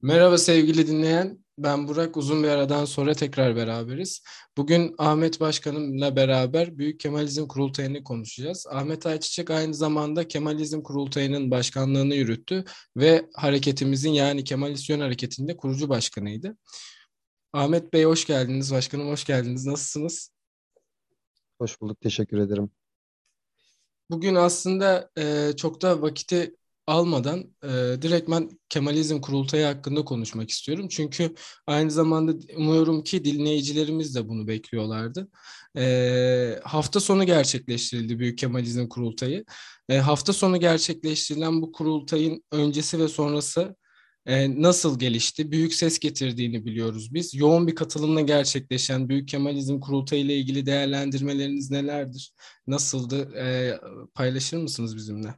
Merhaba sevgili dinleyen. Ben Burak. Uzun bir aradan sonra tekrar beraberiz. Bugün Ahmet Başkanımla beraber Büyük Kemalizm Kurultayı'nı konuşacağız. Ahmet Ayçiçek aynı zamanda Kemalizm Kurultayı'nın başkanlığını yürüttü ve hareketimizin yani Kemalizasyon Hareketi'nde kurucu başkanıydı. Ahmet Bey hoş geldiniz. Başkanım hoş geldiniz. Nasılsınız? Hoş bulduk, teşekkür ederim. Bugün aslında çok da vakiti almadan direktmen Kemalizm Kurultayı hakkında konuşmak istiyorum. Çünkü aynı zamanda umuyorum ki dinleyicilerimiz de bunu bekliyorlardı. Hafta sonu gerçekleştirildi Büyük Kemalizm Kurultayı. Hafta sonu gerçekleştirilen bu kurultayın öncesi ve sonrası nasıl gelişti? Büyük ses getirdiğini biliyoruz biz. Yoğun bir katılımla gerçekleşen Büyük Kemalizm Kurultayı ile ilgili değerlendirmeleriniz nelerdir? Nasıldı? Paylaşır mısınız bizimle?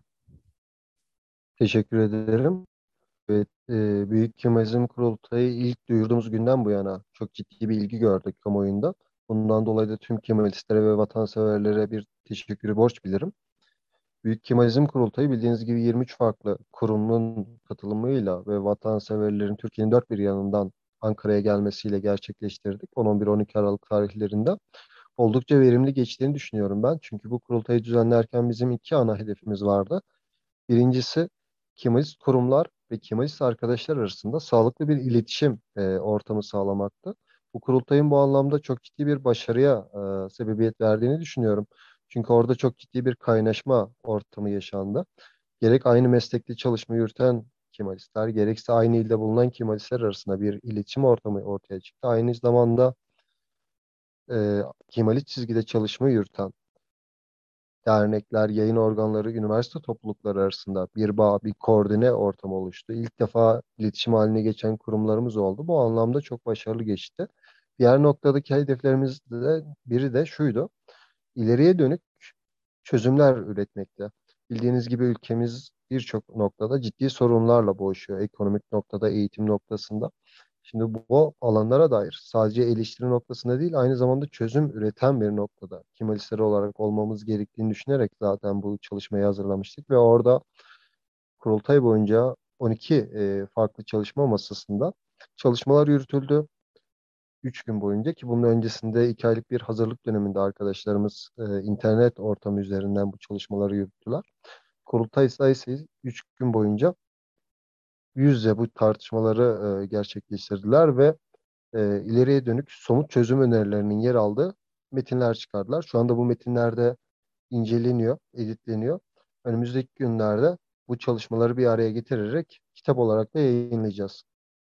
Teşekkür ederim. Evet, Büyük Kemalizm Kurultayı ilk duyurduğumuz günden bu yana çok ciddi bir ilgi gördük kamuoyunda. Bundan dolayı da tüm Kemalistlere ve vatanseverlere bir teşekkürü borç bilirim. Büyük Kemalizm Kurultayı bildiğiniz gibi 23 farklı kurumun katılımıyla ve vatanseverlerin Türkiye'nin dört bir yanından Ankara'ya gelmesiyle gerçekleştirdik. 10-11-12 Aralık tarihlerinde. Oldukça verimli geçtiğini düşünüyorum ben. Çünkü bu kurultayı düzenlerken bizim iki ana hedefimiz vardı. Birincisi Kemalist kurumlar ve Kemalist arkadaşlar arasında sağlıklı bir iletişim ortamı sağlamaktı. Bu kurultayın bu anlamda çok ciddi bir başarıya sebebiyet verdiğini düşünüyorum. Çünkü orada çok ciddi bir kaynaşma ortamı yaşandı. Gerek aynı meslekte çalışma yürüten Kemalistler, gerekse aynı ilde bulunan Kemalistler arasında bir iletişim ortamı ortaya çıktı. Aynı zamanda Kemalist çizgide çalışma yürüten dernekler, yayın organları, üniversite toplulukları arasında bir bağ, bir koordine ortamı oluştu. İlk defa iletişim haline geçen kurumlarımız oldu. Bu anlamda çok başarılı geçti. Diğer noktadaki hedeflerimiz de biri de şuydu. İleriye dönük çözümler üretmekte. Bildiğiniz gibi ülkemiz birçok noktada ciddi sorunlarla boğuşuyor. Ekonomik noktada, eğitim noktasında. Şimdi bu alanlara dair sadece eleştiri noktasında değil, aynı zamanda çözüm üreten bir noktada Kemalistleri olarak olmamız gerektiğini düşünerek zaten bu çalışmayı hazırlamıştık ve orada kurultay boyunca 12 farklı çalışma masasında çalışmalar yürütüldü. 3 gün boyunca ki bunun öncesinde 2 aylık bir hazırlık döneminde arkadaşlarımız internet ortamı üzerinden bu çalışmaları yürüttüler. Kurultay sayısı 3 gün boyunca yüz yüze bu tartışmaları gerçekleştirdiler ve ileriye dönük somut çözüm önerilerinin yer aldığı metinler çıkardılar. Şu anda bu metinlerde inceleniyor, editleniyor. Önümüzdeki günlerde bu çalışmaları bir araya getirerek kitap olarak da yayınlayacağız.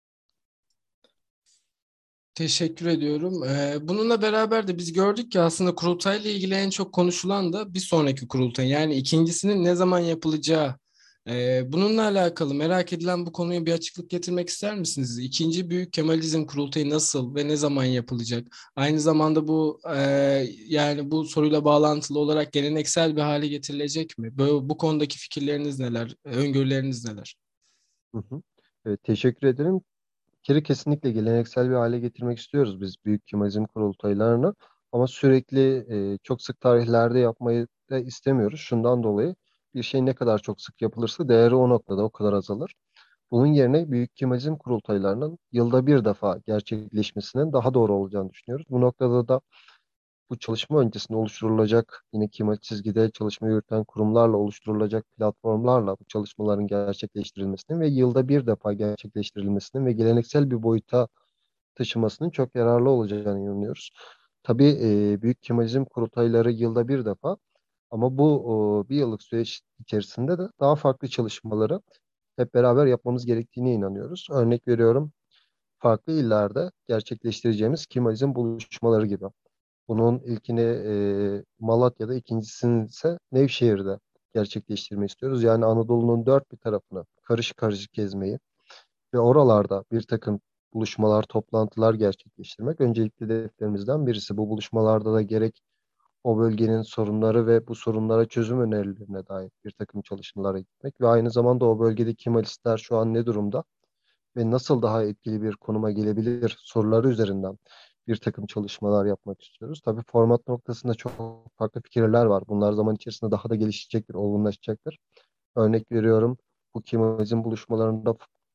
Teşekkür ediyorum. Bununla beraber de biz gördük ki aslında kurultayla ilgili en çok konuşulan da bir sonraki kurultay. Yani ikincisinin ne zaman yapılacağı. Bununla alakalı merak edilen bu konuya bir açıklık getirmek ister misiniz? İkinci Büyük Kemalizm Kurultayı nasıl ve ne zaman yapılacak? Aynı zamanda bu yani bu soruyla bağlantılı olarak geleneksel bir hale getirilecek mi? Bu konudaki fikirleriniz neler? Öngörüleriniz neler? Hı hı. Evet, teşekkür ederim. Bir kere kesinlikle geleneksel bir hale getirmek istiyoruz biz Büyük Kemalizm kurultaylarını. Ama sürekli çok sık tarihlerde yapmayı da istemiyoruz. Şundan dolayı bir şey ne kadar çok sık yapılırsa değeri o noktada o kadar azalır. Bunun yerine Büyük Kemalizm kurultaylarının yılda bir defa gerçekleşmesinin daha doğru olacağını düşünüyoruz. Bu noktada da bu çalışma öncesinde oluşturulacak yine Kemal çizgide çalışma yürüten kurumlarla oluşturulacak platformlarla bu çalışmaların gerçekleştirilmesinin ve yılda bir defa gerçekleştirilmesinin ve geleneksel bir boyuta taşımasının çok yararlı olacağını inanıyoruz. Tabii Büyük Kemalizm kurultayları yılda bir defa ama bu bir yıllık süreç içerisinde de daha farklı çalışmaları hep beraber yapmamız gerektiğine inanıyoruz. Örnek veriyorum, farklı illerde gerçekleştireceğimiz Kemalizm buluşmaları gibi. Bunun ilkini Malatya'da, ikincisini ise Nevşehir'de gerçekleştirmeyi istiyoruz. Yani Anadolu'nun dört bir tarafını karışık karışık gezmeyi ve oralarda bir takım buluşmalar, toplantılar gerçekleştirmek öncelikli hedeflerimizden birisi. Bu buluşmalarda da gerek o bölgenin sorunları ve bu sorunlara çözüm önerilerine dair bir takım çalışmalara gitmek ve aynı zamanda o bölgedeki Kemalistler şu an ne durumda ve nasıl daha etkili bir konuma gelebilir soruları üzerinden bir takım çalışmalar yapmak istiyoruz. Tabii format noktasında çok farklı fikirler var. Bunlar zaman içerisinde daha da gelişecektir, olgunlaşacaktır. Örnek veriyorum, bu Kemalizm buluşmalarında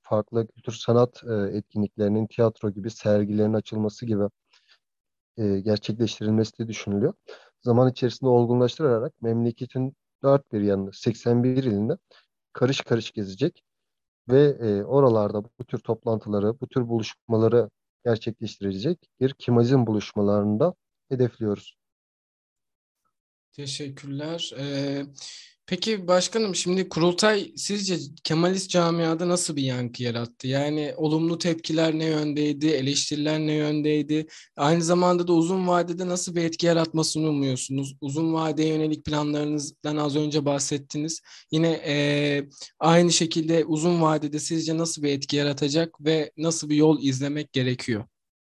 farklı kültür sanat etkinliklerinin, tiyatro gibi sergilerin açılması gibi gerçekleştirilmesi de düşünülüyor. Zaman içerisinde olgunlaştırarak memleketin dört bir yanını, 81 ilinde karış karış gezecek ve oralarda bu tür toplantıları, bu tür buluşmaları gerçekleştirecek bir Kimazin buluşmalarında hedefliyoruz. Teşekkürler. Peki başkanım, şimdi kurultay sizce Kemalist camiada nasıl bir yankı yarattı? Yani olumlu tepkiler ne yöndeydi, eleştiriler ne yöndeydi? Aynı zamanda da uzun vadede nasıl bir etki yaratmasını umuyorsunuz? Uzun vadeye yönelik planlarınızdan az önce bahsettiniz. Yine aynı şekilde uzun vadede sizce nasıl bir etki yaratacak ve nasıl bir yol izlemek gerekiyor?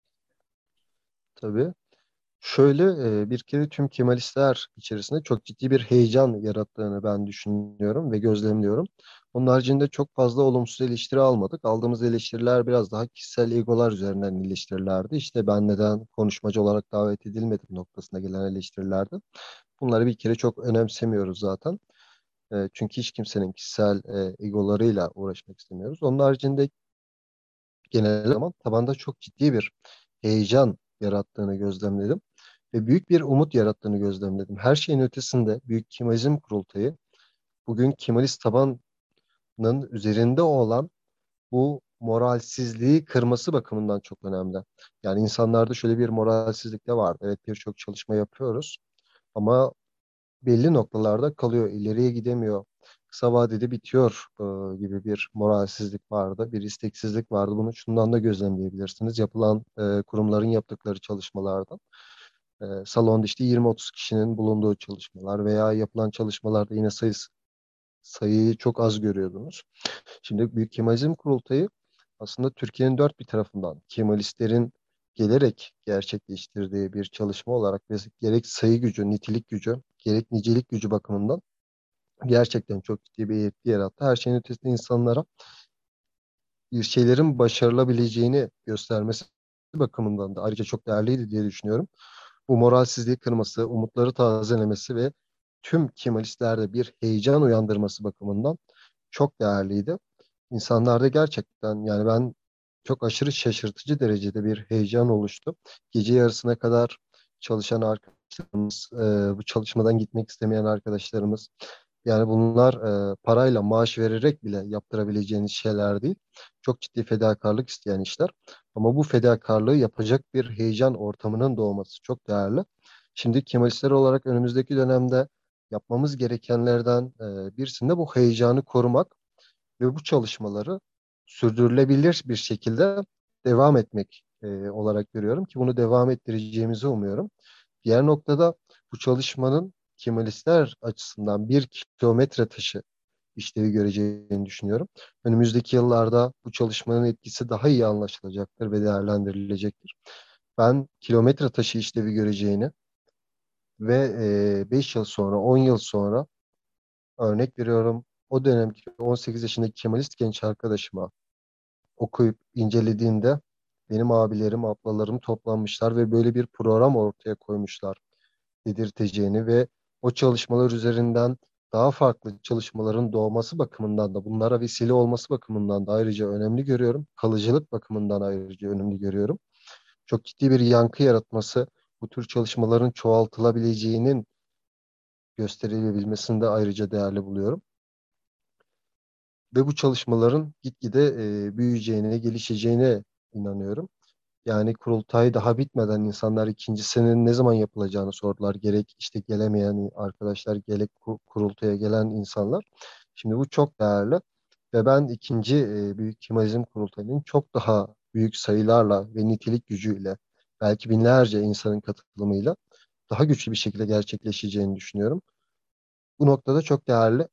Tabii. Şöyle bir kere tüm Kemalistler içerisinde çok ciddi bir heyecan yarattığını ben düşünüyorum ve gözlemliyorum. Onun haricinde çok fazla olumsuz eleştiri almadık. Aldığımız eleştiriler biraz daha kişisel egolar üzerinden eleştirilerdi. İşte ben neden konuşmacı olarak davet edilmedim noktasına gelen eleştirilerdi. Bunları bir kere çok önemsemiyoruz zaten. Çünkü hiç kimsenin kişisel egolarıyla uğraşmak istemiyoruz. Onun haricinde genel zaman tabanda çok ciddi bir heyecan yarattığını gözlemledim ve büyük bir umut yarattığını gözlemledim. Her şeyin ötesinde Büyük Kemalizm Kurultayı bugün Kemalist tabanın üzerinde olan bu moralsizliği kırması bakımından çok önemli. Yani insanlarda şöyle bir moralsizlik de vardı. Evet, birçok çalışma yapıyoruz ama belli noktalarda kalıyor, ileriye gidemiyor. Kısa vadede bitiyor gibi bir moralsizlik vardı, bir isteksizlik vardı. Bunu şundan da gözlemleyebilirsiniz. Yapılan kurumların yaptıkları çalışmalardan. Salonda işte 20-30 kişinin bulunduğu çalışmalar veya yapılan çalışmalarda yine sayıyı çok az görüyordunuz. Şimdi Büyük Kemalizm Kurultayı aslında Türkiye'nin dört bir tarafından Kemalistlerin gelerek gerçekleştirdiği bir çalışma olarak ve gerek sayı gücü, nitelik gücü, gerek nicelik gücü bakımından gerçekten çok ciddi bir etki yarattı. Her şeyin ötesinde insanlara bir şeylerin başarılabileceğini göstermesi bakımından da ayrıca çok değerliydi diye düşünüyorum. Bu moralsizliği kırması, umutları tazelemesi ve tüm Kemalistlerde bir heyecan uyandırması bakımından çok değerliydi. İnsanlarda gerçekten yani ben çok aşırı şaşırtıcı derecede bir heyecan oluştu. Gece yarısına kadar çalışan arkadaşlarımız, bu çalışmadan gitmek istemeyen arkadaşlarımız, yani bunlar parayla maaş vererek bile yaptırabileceğiniz şeyler değil. Çok ciddi fedakarlık isteyen işler. Ama bu fedakarlığı yapacak bir heyecan ortamının doğması çok değerli. Şimdi Kemalistler olarak önümüzdeki dönemde yapmamız gerekenlerden birisinde bu heyecanı korumak ve bu çalışmaları sürdürülebilir bir şekilde devam etmek olarak görüyorum ki bunu devam ettireceğimizi umuyorum. Diğer noktada bu çalışmanın Kemalistler açısından bir kilometre taşı işlevi göreceğini düşünüyorum. Önümüzdeki yıllarda bu çalışmanın etkisi daha iyi anlaşılacaktır ve değerlendirilecektir. Ben kilometre taşı işlevi göreceğini ve 5 yıl sonra, 10 yıl sonra örnek veriyorum o dönemki 18 yaşındaki Kemalist genç arkadaşıma okuyup incelediğinde benim abilerim, ablalarım toplanmışlar ve böyle bir program ortaya koymuşlar dedirteceğini ve o çalışmalar üzerinden daha farklı çalışmaların doğması bakımından da bunlara vesile olması bakımından da ayrıca önemli görüyorum. Kalıcılık bakımından ayrıca önemli görüyorum. Çok ciddi bir yankı yaratması, bu tür çalışmaların çoğaltılabileceğinin gösterilebilmesini de ayrıca değerli buluyorum. Ve bu çalışmaların gitgide büyüyeceğine, gelişeceğine inanıyorum. Yani kurultay daha bitmeden insanlar ikincisinin ne zaman yapılacağını sordular. Gerek işte gelemeyen arkadaşlar, gerek kurultaya gelen insanlar. Şimdi bu çok değerli ve ben ikinci Büyük Kemalizm Kurultayı'nın çok daha büyük sayılarla ve nitelik gücüyle belki binlerce insanın katılımıyla daha güçlü bir şekilde gerçekleşeceğini düşünüyorum. Bu noktada çok değerli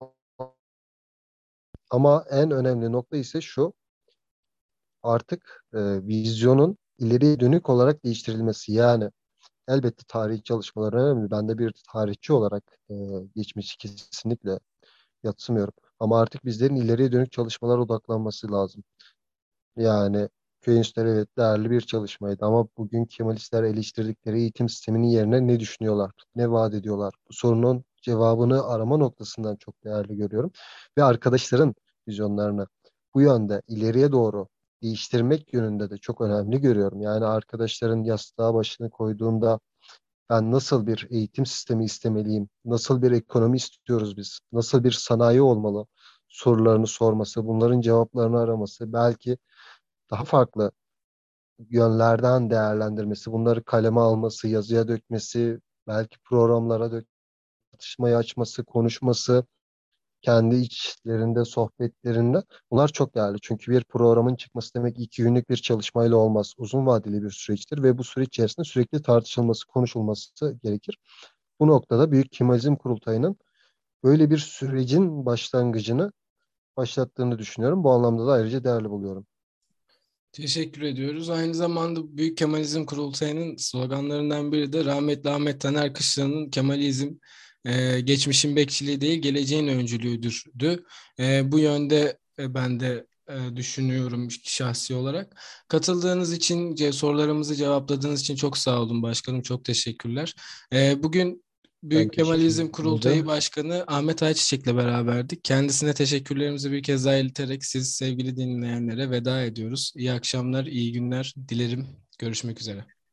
ama en önemli nokta ise şu: artık vizyonun ileriye dönük olarak değiştirilmesi. Yani elbette tarihi çalışmalar önemli. Ben de bir tarihçi olarak geçmişi kesinlikle yadsımıyorum. Ama artık bizlerin ileriye dönük çalışmalara odaklanması lazım. Yani köy enstitüleri evet değerli bir çalışmaydı ama bugün Kemalistler eleştirdikleri eğitim sisteminin yerine ne düşünüyorlar, ne vaat ediyorlar? Bu sorunun cevabını arama noktasından çok değerli görüyorum. Ve arkadaşların vizyonlarını. bu yönde ileriye doğru değiştirmek yönünde de çok önemli görüyorum. Yani arkadaşların yastığa başını koyduğunda ben nasıl bir eğitim sistemi istemeliyim, nasıl bir ekonomi istiyoruz biz, nasıl bir sanayi olmalı sorularını sorması, bunların cevaplarını araması, belki daha farklı yönlerden değerlendirmesi, bunları kaleme alması, yazıya dökmesi, belki programlara tartışmayı açması, konuşması, kendi içlerinde, sohbetlerinde bunlar çok değerli. Çünkü bir programın çıkması demek 2 günlük bir çalışmayla olmaz. Uzun vadeli bir süreçtir ve bu süreç içerisinde sürekli tartışılması, konuşulması gerekir. Bu noktada Büyük Kemalizm Kurultayı'nın böyle bir sürecin başlangıcını başlattığını düşünüyorum. Bu anlamda da ayrıca değerli buluyorum. Teşekkür ediyoruz. Aynı zamanda Büyük Kemalizm Kurultayı'nın sloganlarından biri de rahmetli Ahmet Taner Kışlan'ın Kemalizm geçmişin bekçiliği değil geleceğin öncülüğüdür. Bu yönde ben de düşünüyorum şahsi olarak. Katıldığınız için, sorularımızı cevapladığınız için çok sağ olun başkanım. Çok teşekkürler. Bugün Ben Büyük teşekkür Kemalizm Kurultayı ederim. Başkanı Ahmet Ayçiçek'le beraberdik. Kendisine teşekkürlerimizi bir kez daha ileterek siz sevgili dinleyenlere veda ediyoruz. İyi akşamlar, iyi günler dilerim. Görüşmek üzere.